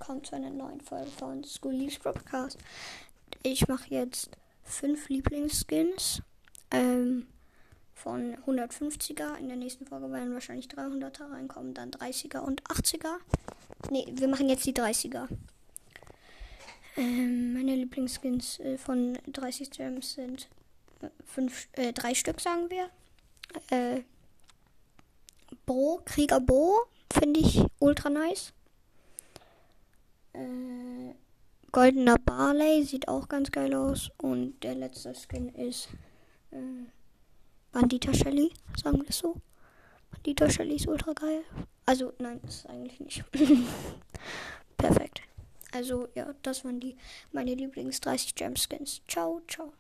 willkommen zu einer neuen Folge von Schoolies Podcast. Ich mache jetzt 5 Lieblingsskins von 150er. In der nächsten Folge werden wahrscheinlich 300er reinkommen, dann 30er und 80er. Ne, wir machen jetzt die 30er. Meine Lieblingsskins von 30 Gems sind 3 Stück, sagen wir. Krieger Bo finde ich ultra nice. Goldener Barley sieht auch ganz geil aus. Und der letzte Skin ist Bandita Shelly, sagen wir es so. Bandita Shelly ist ultra geil. Also, nein, ist eigentlich nicht. Perfekt. Also, ja, das waren meine Lieblings 30 Gem Skins. Ciao, ciao.